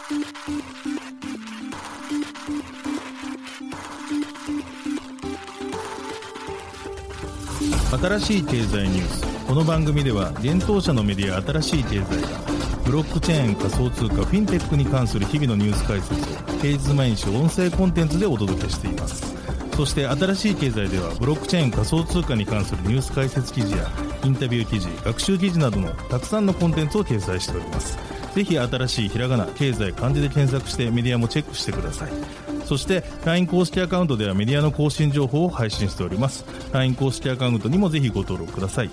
新しい経済ニュース。この番組では現当社のメディア新しい経済がブロックチェーン、仮想通貨、フィンテックに関する日々のニュース解説を平日毎日音声コンテンツでお届けしています。そして新しい経済ではブロックチェーン、仮想通貨に関するニュース解説記事やインタビュー記事、学習記事などのたくさんのコンテンツを掲載しております。ぜひ新しいひらがな、経済、漢字で検索してメディアもチェックしてください。そして LINE 公式アカウントではメディアの更新情報を配信しております。 LINE 公式アカウントにもぜひご登録ください。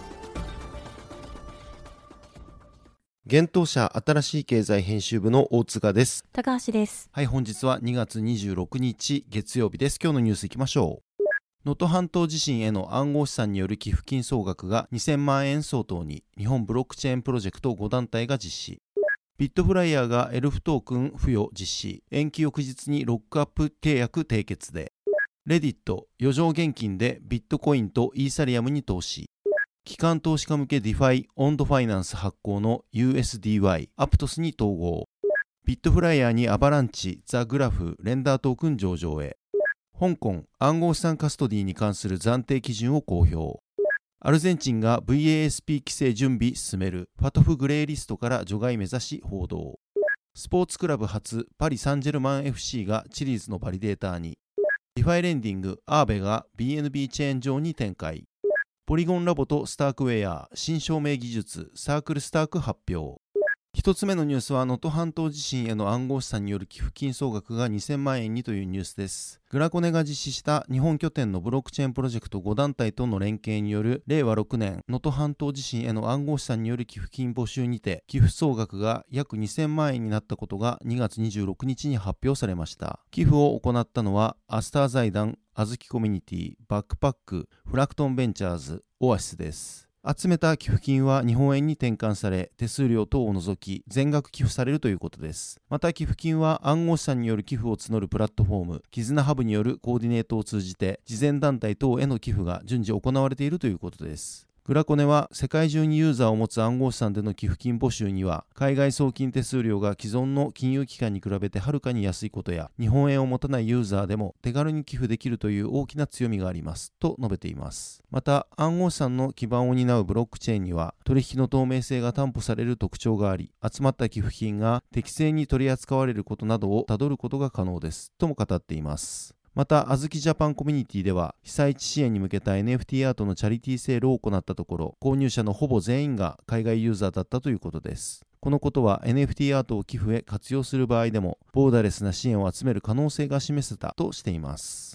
現当社新しい経済編集部の大塚です。 高橋です。 はい、本日は2月26日月曜日です。今日のニュースいきましょう。能登半島地震への暗号資産による寄付金総額が2000万円相当に日本ブロックチェーンプロジェクト5団体が実施。ビットフライヤーがエルフトークン付与実施。延期翌日にロックアップ契約締結で。レディット余剰現金でビットコインとイーサリアムに投資。機関投資家向けディファイオンドファイナンス発行の USDY アプトスに統合。ビットフライヤーにアバランチ、ザグラフ、レンダートークン上場へ。香港暗号資産カストディに関する暫定基準を公表。アルゼンチンが VASP 規制準備進める。ファトフグレーリストから除外目指し報道。スポーツクラブ初パリ・サンジェルマン FC がチリーズのバリデーターに。ディファイレンディングアーベが BNB チェーン上に展開。ポリゴンラボとスタークウェア新証明技術サークルスターク発表。一つ目のニュースは能登半島地震への暗号資産による寄付金総額が2000万円にというニュースです。グラコネが実施した日本拠点のブロックチェーンプロジェクト5団体との連携による令和6年能登半島地震への暗号資産による寄付金募集にて寄付総額が約2000万円になったことが2月26日に発表されました。寄付を行ったのはアスター財団、あずきコミュニティ、バックパック、フラクトンベンチャーズ、オアシスです。集めた寄付金は日本円に転換され、手数料等を除き全額寄付されるということです。また寄付金は暗号資産による寄付を募るプラットフォーム、絆ハブによるコーディネートを通じて、慈善団体等への寄付が順次行われているということです。グラコネは世界中にユーザーを持つ暗号資産での寄付金募集には海外送金手数料が既存の金融機関に比べてはるかに安いことや日本円を持たないユーザーでも手軽に寄付できるという大きな強みがありますと述べています。また暗号資産の基盤を担うブロックチェーンには取引の透明性が担保される特徴があり、集まった寄付金が適正に取り扱われることなどをたどることが可能ですとも語っています。また、あずきジャパンコミュニティでは、被災地支援に向けた NFT アートのチャリティーセールを行ったところ、購入者のほぼ全員が海外ユーザーだったということです。このことは NFT アートを寄付へ活用する場合でも、ボーダレスな支援を集める可能性が示せたとしています。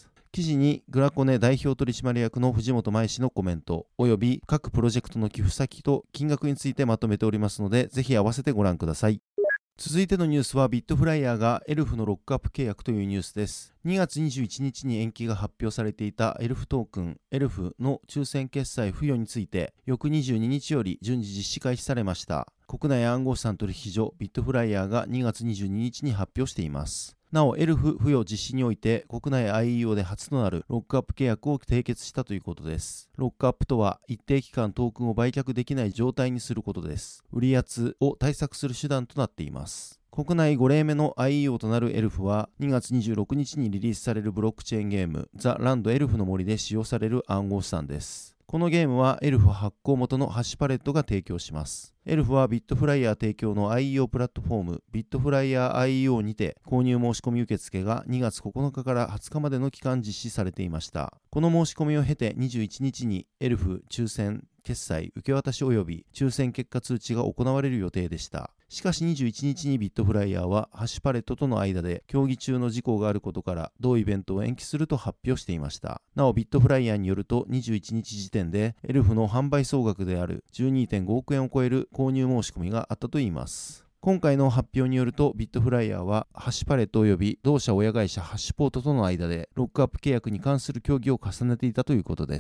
記事にグラコネ代表取締役の藤本舞氏のコメント、および各プロジェクトの寄付先と金額についてまとめておりますので、ぜひ合わせてご覧ください。続いてのニュースはビットフライヤーがエルフのロックアップ契約というニュースです。2月21日に延期が発表されていたエルフトークンエルフの抽選決済付与について翌22日より順次実施開始されました。国内暗号資産取引所ビットフライヤーが2月22日に発表しています。なおエルフ付与実施において国内 IEO で初となるロックアップ契約を締結したということです。ロックアップとは一定期間トークンを売却できない状態にすることです。売り圧を対策する手段となっています。国内5例目の IEO となるエルフは2月26日にリリースされるブロックチェーンゲームザ・ランドエルフの森で使用される暗号資産です。このゲームはエルフ発行元のハッシュパレットが提供します。エルフはビットフライヤー提供の IEO プラットフォームビットフライヤー IEO にて購入申し込み受付が2月9日から20日までの期間実施されていました。この申し込みを経て21日にエルフ抽選決済受け渡し及び抽選結果通知が行われる予定でした。しかし21日にビットフライヤーはハッシュパレットとの間で協議中の事項があることから同イベントを延期すると発表していました。なおビットフライヤーによると21日時点でエルフの販売総額である 12.5 億円を超える購入申し込みがあったといいます。今回の発表によるとビットフライヤーはハッシュパレット及び同社親会社ハッシュポートとの間でロックアップ契約に関する協議を重ねていたということです。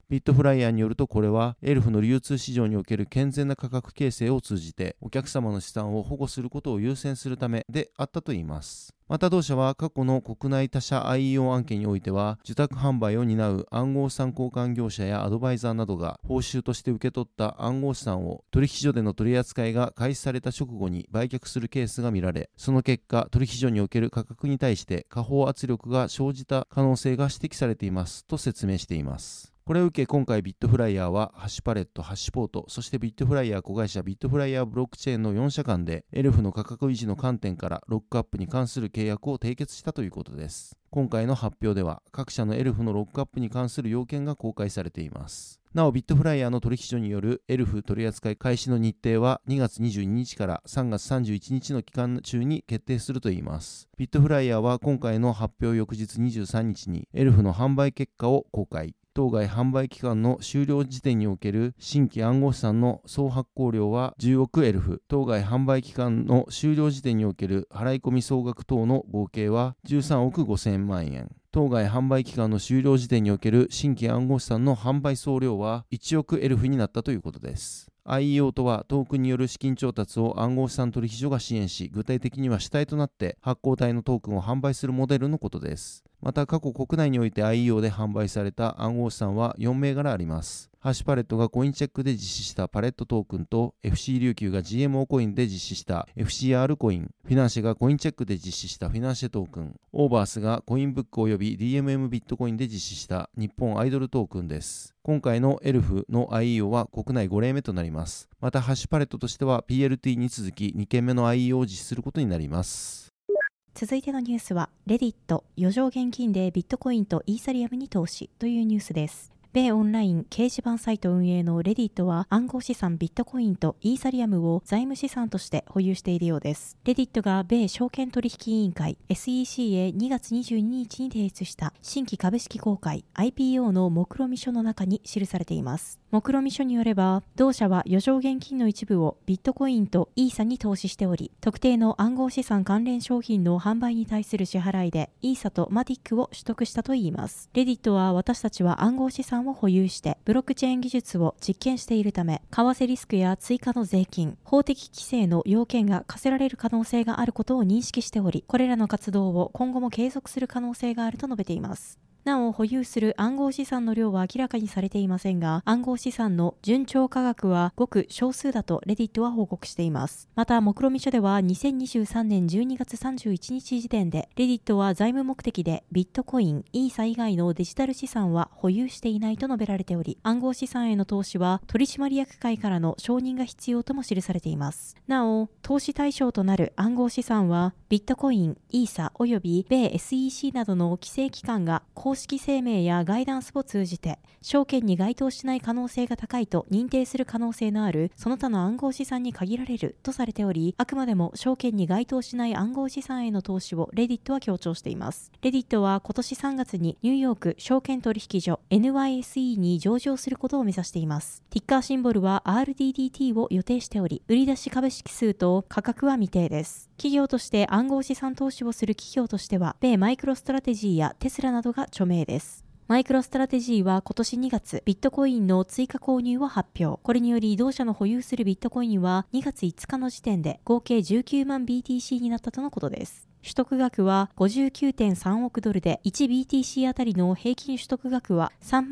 ビットフライヤーによると、これはエルフの流通市場における健全な価格形成を通じてお客様の資産を保護することを優先するためであったといいます。また同社は過去の国内他社 IEO 案件においては、受託販売を担う暗号資産交換業者やアドバイザーなどが報酬として受け取った暗号資産を取引所での取り扱いが開始された直後に売却するケースが見られ、その結果取引所における価格に対して下方圧力が生じた可能性が指摘されていますと説明しています。これを受け、今回ビットフライヤーはハッシュパレット、ハッシュポート、そしてビットフライヤー子会社ビットフライヤーブロックチェーンの4社間でエルフの価格維持の観点からロックアップに関する契約を締結したということです。今回の発表では各社のエルフのロックアップに関する要件が公開されています。なお、ビットフライヤーの取引所によるエルフ取扱い開始の日程は2月22日から3月31日の期間中に決定するといいます。ビットフライヤーは今回の発表翌日23日にエルフの販売結果を公開。当該販売期間の終了時点における新規暗号資産の総発行量は10億エルフ、当該販売期間の終了時点における払い込み総額等の合計は13億5000万円。当該販売期間の終了時点における新規暗号資産の販売総量は1億エルフになったということです。IEO とはトークンによる資金調達を暗号資産取引所が支援し、具体的には主体となって発行体のトークンを販売するモデルのことです。また過去国内において IEO で販売された暗号資産は4銘柄あります。ハッシュパレットがコインチェックで実施したパレットトークンと FC 琉球が GMO コインで実施した FCR コイン、フィナンシェがコインチェックで実施したフィナンシェトークン、オーバースがコインブック及び DMM ビットコインで実施した日本アイドルトークンです。今回のエルフの IEO は国内5例目となります。またハッシュパレットとしては PLT に続き2件目の IEO を実施することになります。 続いてのニュースは、レディット、余剰現金でビットコインとイーサリアムに投資というニュースです。米オンライン掲示板サイト運営のレディットは暗号資産ビットコインとイーサリアムを財務資産として保有しているようです。レディットが米証券取引委員会 SEC へ2月22日に提出した新規株式公開 IPO の目論見書の中に記されています。目論見書によれば、同社は余剰現金の一部をビットコインとイーサに投資しており、特定の暗号資産関連商品の販売に対する支払いでイーサとマティックを取得したといいます。レディットは、私たちは暗号資産を保有してブロックチェーン技術を実験しているため、為替リスクや追加の税金、法的規制の要件が課せられる可能性があることを認識しており、これらの活動を今後も継続する可能性があると述べています。なお、保有する暗号資産の量は明らかにされていませんが、暗号資産の順調価格はごく少数だとレディットは報告しています。また、目論見書では2023年12月31日時点で、レディットは財務目的でビットコイン、イーサ以外のデジタル資産は保有していないと述べられており、暗号資産への投資は取締役会からの承認が必要とも記されています。なお、投資対象となる暗号資産は、ビットコイン、イーサおよび米 SEC などの規制機関が公式声明やガイダンスを通じて証券に該当しない可能性が高いと認定する可能性のあるその他の暗号資産に限られるとされており、あくまでも証券に該当しない暗号資産への投資をレディットは強調しています。レディットは今年3月にニューヨーク証券取引所 NYSE に上場することを目指しています。ティッカーシンボルは RDDT を予定しており、売り出し株式数と価格は未定です。企業として暗号資産投資をする企業としては、米マイクロストラテジーやテスラなどが著名です。マイクロストラテジーは今年2月、ビットコインの追加購入を発表。これにより、同社の保有するビットコインは2月5日の時点で合計19万 BTC になったとのことです。取得額は 59.3 億ドルで、1BTC あたりの平均取得額は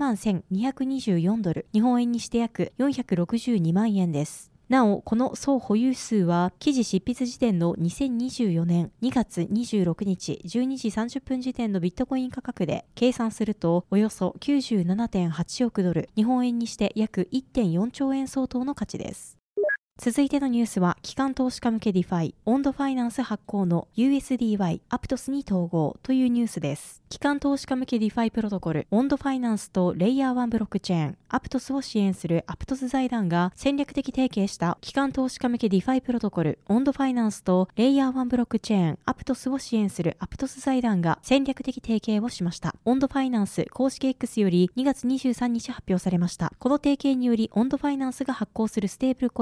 31,224ドル、日本円にして約462万円です。なお、この総保有数は、記事執筆時点の2024年2月26日12時30分時点のビットコイン価格で計算すると、およそ 97.8 億ドル、日本円にして約 1.4 兆円相当の価値です。続いてのニュースは、機関投資家向けディファイ、オンドファイナンス発行の USDY、アプトスに統合というニュースです。機関投資家向けディファイプロトコル、オンドファイナンスとレイヤー1ブロックチェーン、アプトスを支援するアプトス財団が戦略的提携した機関投資家向けディファイプロトコル、オンドファイナンスとレイヤー1ブロックチェーン、アプトスを支援するアプトス財団が戦略的提携をしました。オンドファイナンス公式 X より2月23日発表されました。この提携により、オンドファイナンスが発行するステーブルコイン、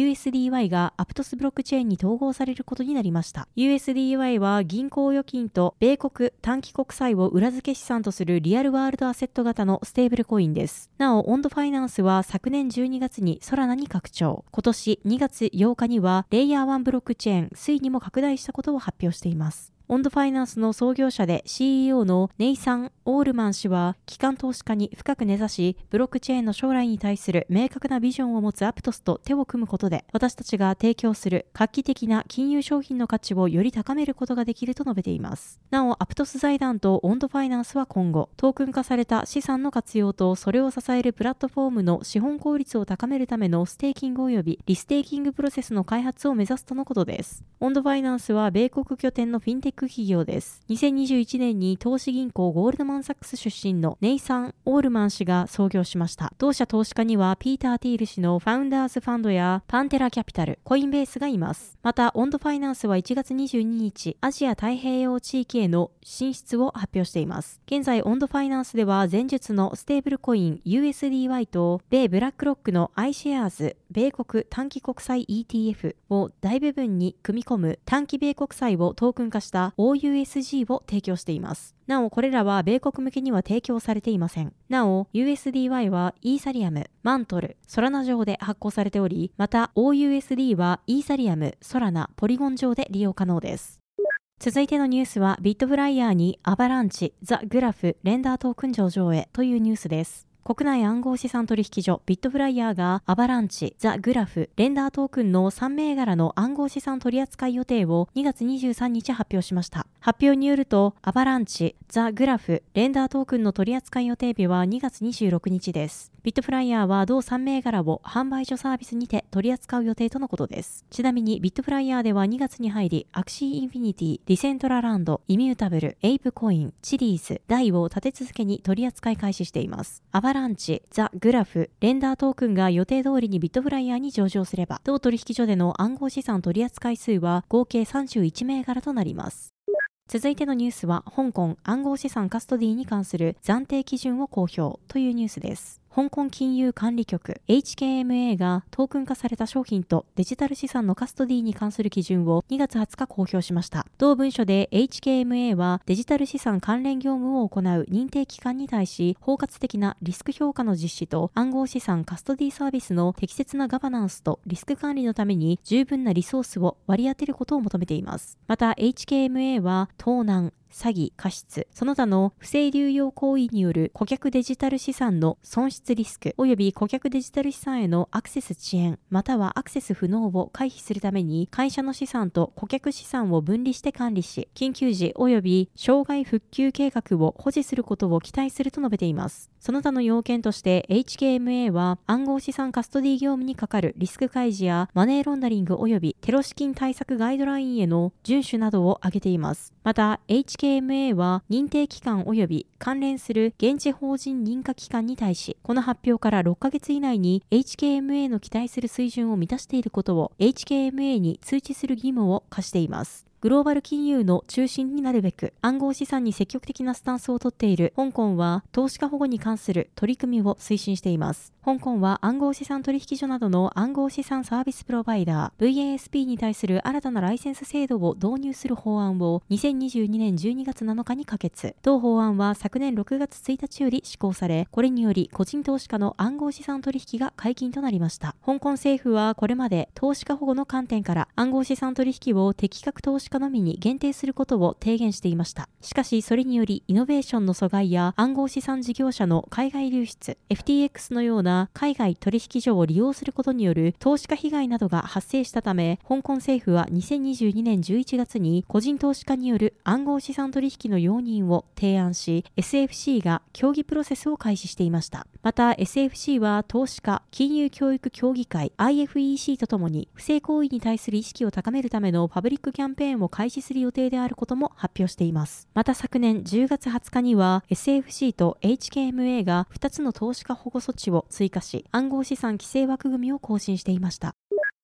USDY がアプトスブロックチェーンに統合されることになりました。USDY は銀行預金と米国短期国債を裏付け資産とするリアルワールドアセット型のステーブルコインです。なお、オンドファイナンスは昨年12月にソラナに拡張。今年2月8日にはレイヤー1ブロックチェーンスイにも拡大したことを発表しています。オンドファイナンスの創業者で CEO のネイサン・オールマン氏は、機関投資家に深く根ざし、ブロックチェーンの将来に対する明確なビジョンを持つアプトスと手を組むことで、私たちが提供する画期的な金融商品の価値をより高めることができると述べています。なお、アプトス財団とオンドファイナンスは今後、トークン化された資産の活用とそれを支えるプラットフォームの資本効率を高めるためのステーキング及びリステーキングプロセスの開発を目指すとのことです。オンドファイナンスは米国拠点のフィンテック企業です。2021年に投資銀行ゴールドマンサックス出身のネイサン・オールマン氏が創業しました。同社投資家にはピーター・ティール氏のファウンダーズファンドやパンテラキャピタル、コインベースがいます。また、オンドファイナンスは1月22日、アジア太平洋地域への進出を発表しています。現在、オンドファイナンスでは前述のステーブルコイン USDY と米ブラックロックの iShares 米国短期国債 ETF を大部分に組み込む短期米国債をトークン化した OUSG を提供しています。なお、これらは米国向けには提供されていません。なお、USDY はイーサリアム、マントル、ソラナ上で発行されており、また OUSD はイーサリアム、ソラナ、ポリゴン上で利用可能です。続いてのニュースは、ビットフライヤーにアバランチ、ザ・グラフ、レンダートークン上場へというニュースです。国内暗号資産取引所ビットフライヤーがアバランチ、ザ・グラフ、レンダートークンの3銘柄の暗号資産取扱い予定を2月23日発表しました。発表によると、アバランチ、ザ・グラフ、レンダートークンの取扱い予定日は2月26日です。ビットフライヤーは同3銘柄を販売所サービスにて取り扱う予定とのことです。ちなみにビットフライヤーでは2月に入り、アクシーインフィニティ、ディセントラランド、イミュータブル、エイプコイン、チリーズ、ダイを立て続けに取り扱い開始しています。アバランチ、ザ・グラフ、レンダートークンが予定通りにビットフライヤーに上場すれば、同取引所での暗号資産取扱い数は合計31銘柄となります。続いてのニュースは、香港暗号資産カストディに関する暫定基準を公表というニュースです。香港金融管理局 HKMA がトークン化された商品とデジタル資産のカストディに関する基準を2月20日公表しました。同文書で HKMA はデジタル資産関連業務を行う認定機関に対し、包括的なリスク評価の実施と暗号資産カストディサービスの適切なガバナンスとリスク管理のために十分なリソースを割り当てることを求めています。また HKMA は盗難、詐欺、過失、その他の不正流用行為による顧客デジタル資産の損失リスク及び顧客デジタル資産へのアクセス遅延またはアクセス不能を回避するために会社の資産と顧客資産を分離して管理し、緊急時及び障害復旧計画を保持することを期待すると述べています。その他の要件として HKMA は暗号資産カストディ業務にかかるリスク開示やマネーロンダリング及びテロ資金対策ガイドラインへの遵守などを挙げています。また HKMA は認定機関及び関連する現地法人認可機関に対し、この発表から6ヶ月以内に HKMA の期待する水準を満たしていることを HKMA に通知する義務を課しています。グローバル金融の中心になるべく暗号資産に積極的なスタンスをとっている香港は投資家保護に関する取り組みを推進しています。香港は暗号資産取引所などの暗号資産サービスプロバイダー VASP に対する新たなライセンス制度を導入する法案を2022年12月7日に可決。同法案は昨年6月1日より施行され、これにより個人投資家の暗号資産取引が解禁となりました。香港政府はこれまで投資家保護の観点から暗号資産取引を適格投資家のみに限定することを提言していました。しかしそれによりイノベーションの阻害や暗号資産事業者の海外流出、FTX のような海外取引所を利用することによる投資家被害などが発生したため、香港政府は2022年11月に個人投資家による暗号資産取引の容認を提案し、SFC が協議プロセスを開始していました。また SFC は投資家、金融教育協議会 IFEC とともに不正行為に対する意識を高めるためのパブリックキャンペーンを開始する予定であることも発表しています。また昨年10月20日には SFC と HKMA が2つの投資家保護措置を追加し、暗号資産規制枠組みを更新していました。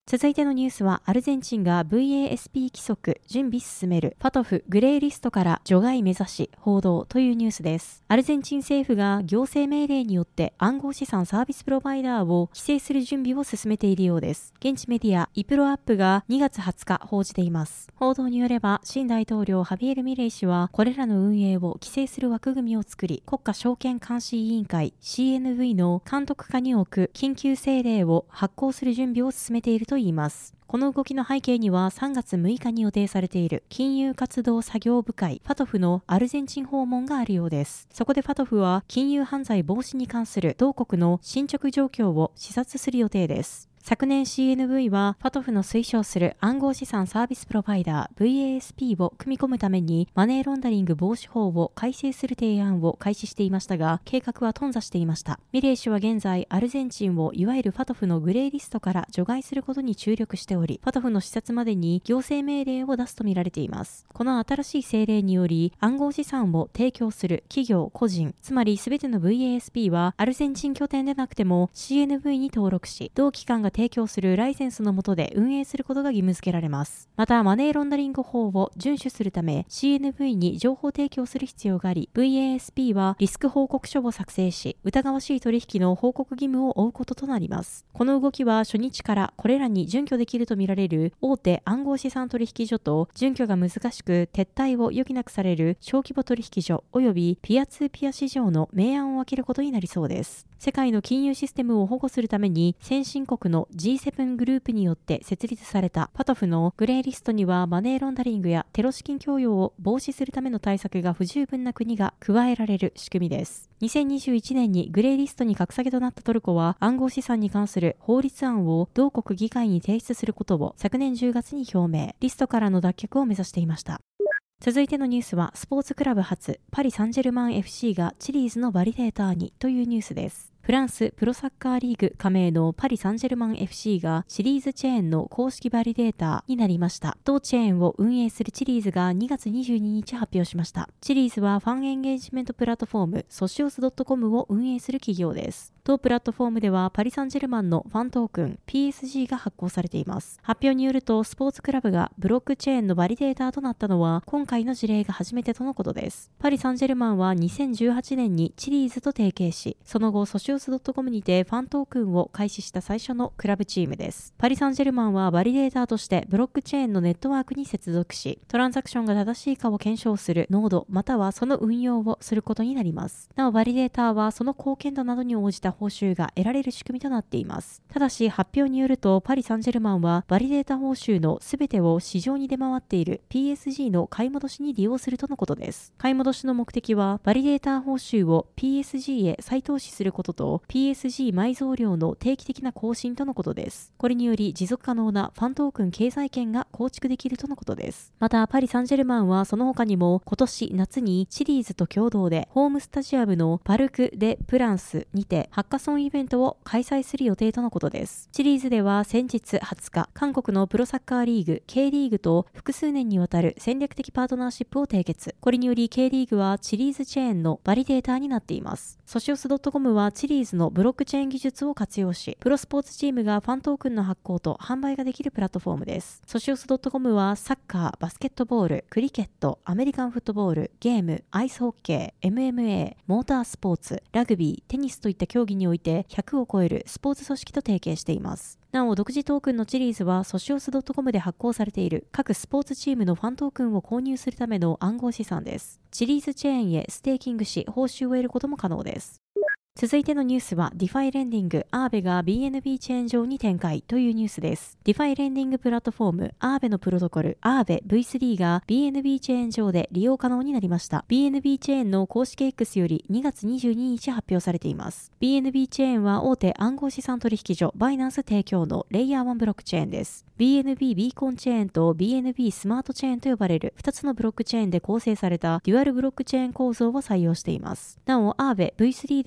続いてのニュースは、アルゼンチンが VASP 規則準備進める、ファトフグレーリストから除外目指し報道というニュースです。アルゼンチン政府が行政命令によって暗号資産サービスプロバイダーを規制する準備を進めているようです。現地メディアイプロアップが2月20日報じています。報道によれば、新大統領ハビエル・ミレイ氏はこれらの運営を規制する枠組みを作り、国家証券監視委員会 CNV の監督下に置く緊急政令を発行する準備を進めているといいます。この動きの背景には3月6日に予定されている金融活動作業部会ファトフのアルゼンチン訪問があるようです。そこでファトフは金融犯罪防止に関する同国の進捗状況を視察する予定です。昨年 CNV はファトフの推奨する暗号資産サービスプロバイダー VASP を組み込むためにマネーロンダリング防止法を改正する提案を開始していましたが、計画は頓挫していました。ミレイ氏は現在アルゼンチンをいわゆるファトフのグレーリストから除外することに注力しており、ファトフの視察までに行政命令を出すとみられています。この新しい政令により暗号資産を提供する企業個人、つまり全ての VASP はアルゼンチン拠点でなくても CNV に登録し、同機関が提供するライセンスの下で運営することが義務付けられます。またマネーロンダリング法を遵守するため CNV に情報提供する必要があり、 VASP はリスク報告書を作成し、疑わしい取引の報告義務を負うこととなります。この動きは初日からこれらに準拠できるとみられる大手暗号資産取引所と準拠が難しく撤退を余儀なくされる小規模取引所及びピアツーピア市場の明暗を分けることになりそうです。世界の金融システムを保護するために先進国の G7 グループによって設立されたファトフのグレーリストにはマネーロンダリングやテロ資金供与を防止するための対策が不十分な国が加えられる仕組みです。2021年にグレーリストに格下げとなったトルコは暗号資産に関する法律案を同国議会に提出することを昨年10月に表明、リストからの脱却を目指していました。続いてのニュースは、スポーツクラブ初パリ・サンジェルマン FC がチリーズのバリデーターにというニュースです。フランスプロサッカーリーグ加盟のパリ・サンジェルマン FC がシリーズチェーンの公式バリデーターになりました。同チェーンを運営するチリーズが2月22日発表しました。チリーズはファンエンゲージメントプラットフォームソシオス .com を運営する企業です。同プラットフォームではパリ・サンジェルマンのファントークン PSG が発行されています。発表によると、スポーツクラブがブロックチェーンのバリデーターとなったのは今回の事例が初めてとのことです。パリ・サンジェルマンは2018年にチリーズと提携し、その後ソシオス .com にてファントークンを開始した最初のクラブチームです。パリ・サンジェルマンはバリデーターとしてブロックチェーンのネットワークに接続し、トランザクションが正しいかを検証するノードまたはその運用をすることになります。なおバリデーターはその貢献度などに応じた報酬が得られる仕組みとなっています。ただし発表によると、パリ・サンジェルマンはバリデータ報酬のすべてを市場に出回っている PSG の買い戻しに利用するとのことです。買い戻しの目的はバリデータ報酬を PSG へ再投資することと PSG 埋蔵量の定期的な更新とのことです。これにより持続可能なファントークン経済圏が構築できるとのことです。またパリ・サンジェルマンはその他にも今年夏にシリーズと共同でホームスタジアムのパルク・デ・プランスにてハッカソンイベントを開催する予定とのことです。シリーズでは先日20日、韓国のプロサッカーリーグ K リーグと複数年にわたる戦略的パートナーシップを締結。これにより K リーグはチリーズチェーンのバリデーターになっています。ソシオス .com はチリーズのブロックチェーン技術を活用し、プロスポーツチームがファントークンの発行と販売ができるプラットフォームです。ソシオス .com はサッカー、バスケットボール、クリケット、アメリカンフットボール、ゲーム、アイスホッケー、MMA、モータースポーツ、ラグビー、テニスといった競技において100を超えるスポーツ組織と提携しています。なお、独自トークンのチリーズはソシオス .com で発行されている各スポーツチームのファントークンを購入するための暗号資産です。チリーズチェーンへステーキングし報酬を得ることも可能です。続いてのニュースは、ディファイレンディングアーベが BNB チェーン上に展開というニュースです。ディファイレンディングプラットフォームアーベのプロトコルアーベ V3 が BNB チェーン上で利用可能になりました。BNB チェーンの公式 X より2月22日発表されています。BNB チェーンは大手暗号資産取引所バイナンス提供のレイヤー1ブロックチェーンです。BNB ビーコンチェーンと BNB スマートチェーンと呼ばれる2つのブロックチェーンで構成されたデュアルブロックチェーン構造を採用しています。なお、アーベ V3 では2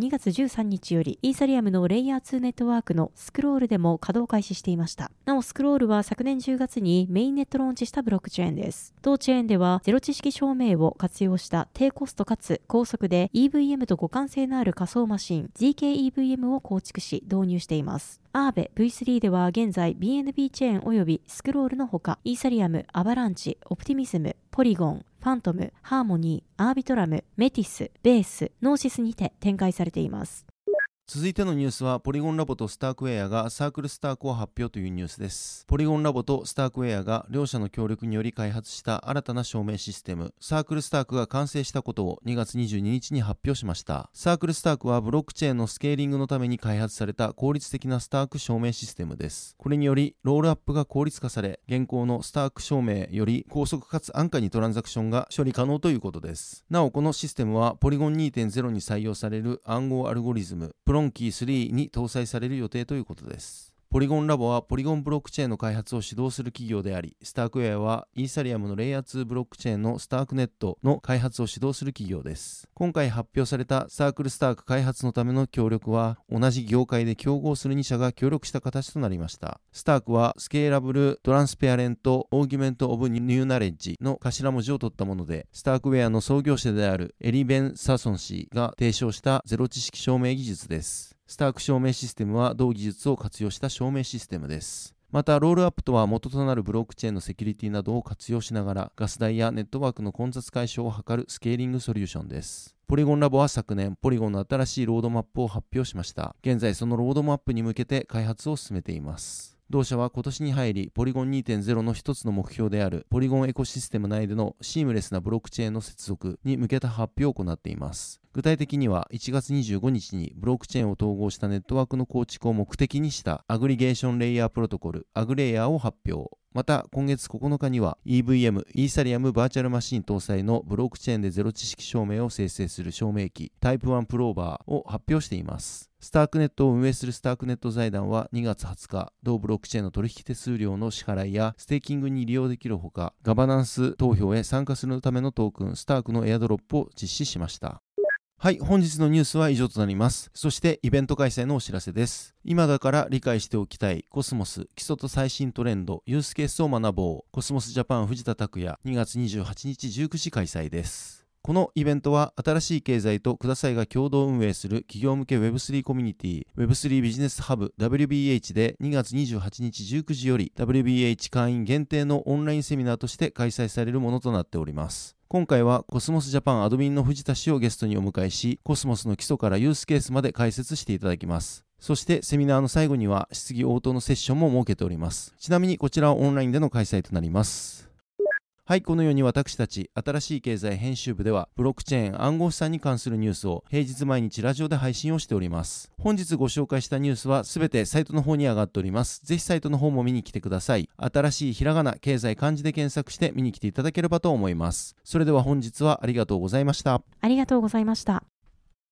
2月13日よりイーサリアムのレイヤー2ネットワークのスクロールでも稼働開始していました。なおスクロールは昨年10月にメインネットローンチしたブロックチェーンです。同チェーンではゼロ知識証明を活用した低コストかつ高速で EVM と互換性のある仮想マシン ZK-EVM を構築し導入しています。アーベ V3 では現在 BNB チェーン及びスクロールのほかイーサリアム、アバランチ、オプティミズム、ポリゴン、ファントム、ハーモニー、アービトラム、メティス、ベース、ノーシスにて展開されています。 続いてのニュースはポリゴンラボとスタークウェアがサークルスタークを発表というニュースです。ポリゴンラボとスタークウェアが両社の協力により開発した新たな証明システムサークルスタークが完成したことを2月22日に発表しました。サークルスタークはブロックチェーンのスケーリングのために開発された効率的なスターク証明システムです。これによりロールアップが効率化され現行のスターク証明より高速かつ安価にトランザクションが処理可能ということです。なおこのシステムはポリゴン 2.0 に採用される暗号アルゴリズムプロンキー3に搭載される予定ということです。ポリゴンラボはポリゴンブロックチェーンの開発を主導する企業であり、スタークウェアはイーサリアムのレイヤー2ブロックチェーンのスタークネットの開発を主導する企業です。今回発表されたサークルスターク開発のための協力は、同じ業界で競合する2社が協力した形となりました。スタークはスケーラブル・トランスペアレント・オーギュメント・オブ・ニューナレッジの頭文字を取ったもので、スタークウェアの創業者であるエリ・ベン・サソン氏が提唱したゼロ知識証明技術です。スターク証明システムは同技術を活用した証明システムです。またロールアップとは元となるブロックチェーンのセキュリティなどを活用しながらガス代やネットワークの混雑解消を図るスケーリングソリューションです。ポリゴンラボは昨年ポリゴンの新しいロードマップを発表しました。現在そのロードマップに向けて開発を進めています。同社は今年に入りポリゴン 2.0 の一つの目標であるポリゴンエコシステム内でのシームレスなブロックチェーンの接続に向けた発表を行っています。具体的には1月25日にブロックチェーンを統合したネットワークの構築を目的にしたアグリゲーションレイヤープロトコルアグレイヤーを発表。また今月9日には EVM イーサリアムバーチャルマシン搭載のブロックチェーンでゼロ知識証明を生成する証明機タイプ1プローバーを発表しています。スタークネットを運営するスタークネット財団は2月20日、同ブロックチェーンの取引手数料の支払いやステーキングに利用できるほか、ガバナンス投票へ参加するためのトークンスタークのエアドロップを実施しました。はい、本日のニュースは以上となります。そしてイベント開催のお知らせです。今だから理解しておきたいコスモス基礎と最新トレンドユースケースを学ぼうコスモスジャパン藤田拓也2月28日19時開催です。このイベントは新しい経済とくださいが共同運営する企業向け Web3 コミュニティ Web3 ビジネスハブ WBH で2月28日19時より WBH 会員限定のオンラインセミナーとして開催されるものとなっております。今回はコスモスジャパンアドミンの藤田氏をゲストにお迎えし、コスモスの基礎からユースケースまで解説していただきます。そしてセミナーの最後には質疑応答のセッションも設けております。ちなみにこちらはオンラインでの開催となります。はい、このように私たち新しい経済編集部ではブロックチェーン暗号資産に関するニュースを平日毎日ラジオで配信をしております。本日ご紹介したニュースはすべてサイトの方に上がっております。ぜひサイトの方も見に来てください。新しいひらがな経済漢字で検索して見に来ていただければと思います。それでは本日はありがとうございました。 ありがとうございました。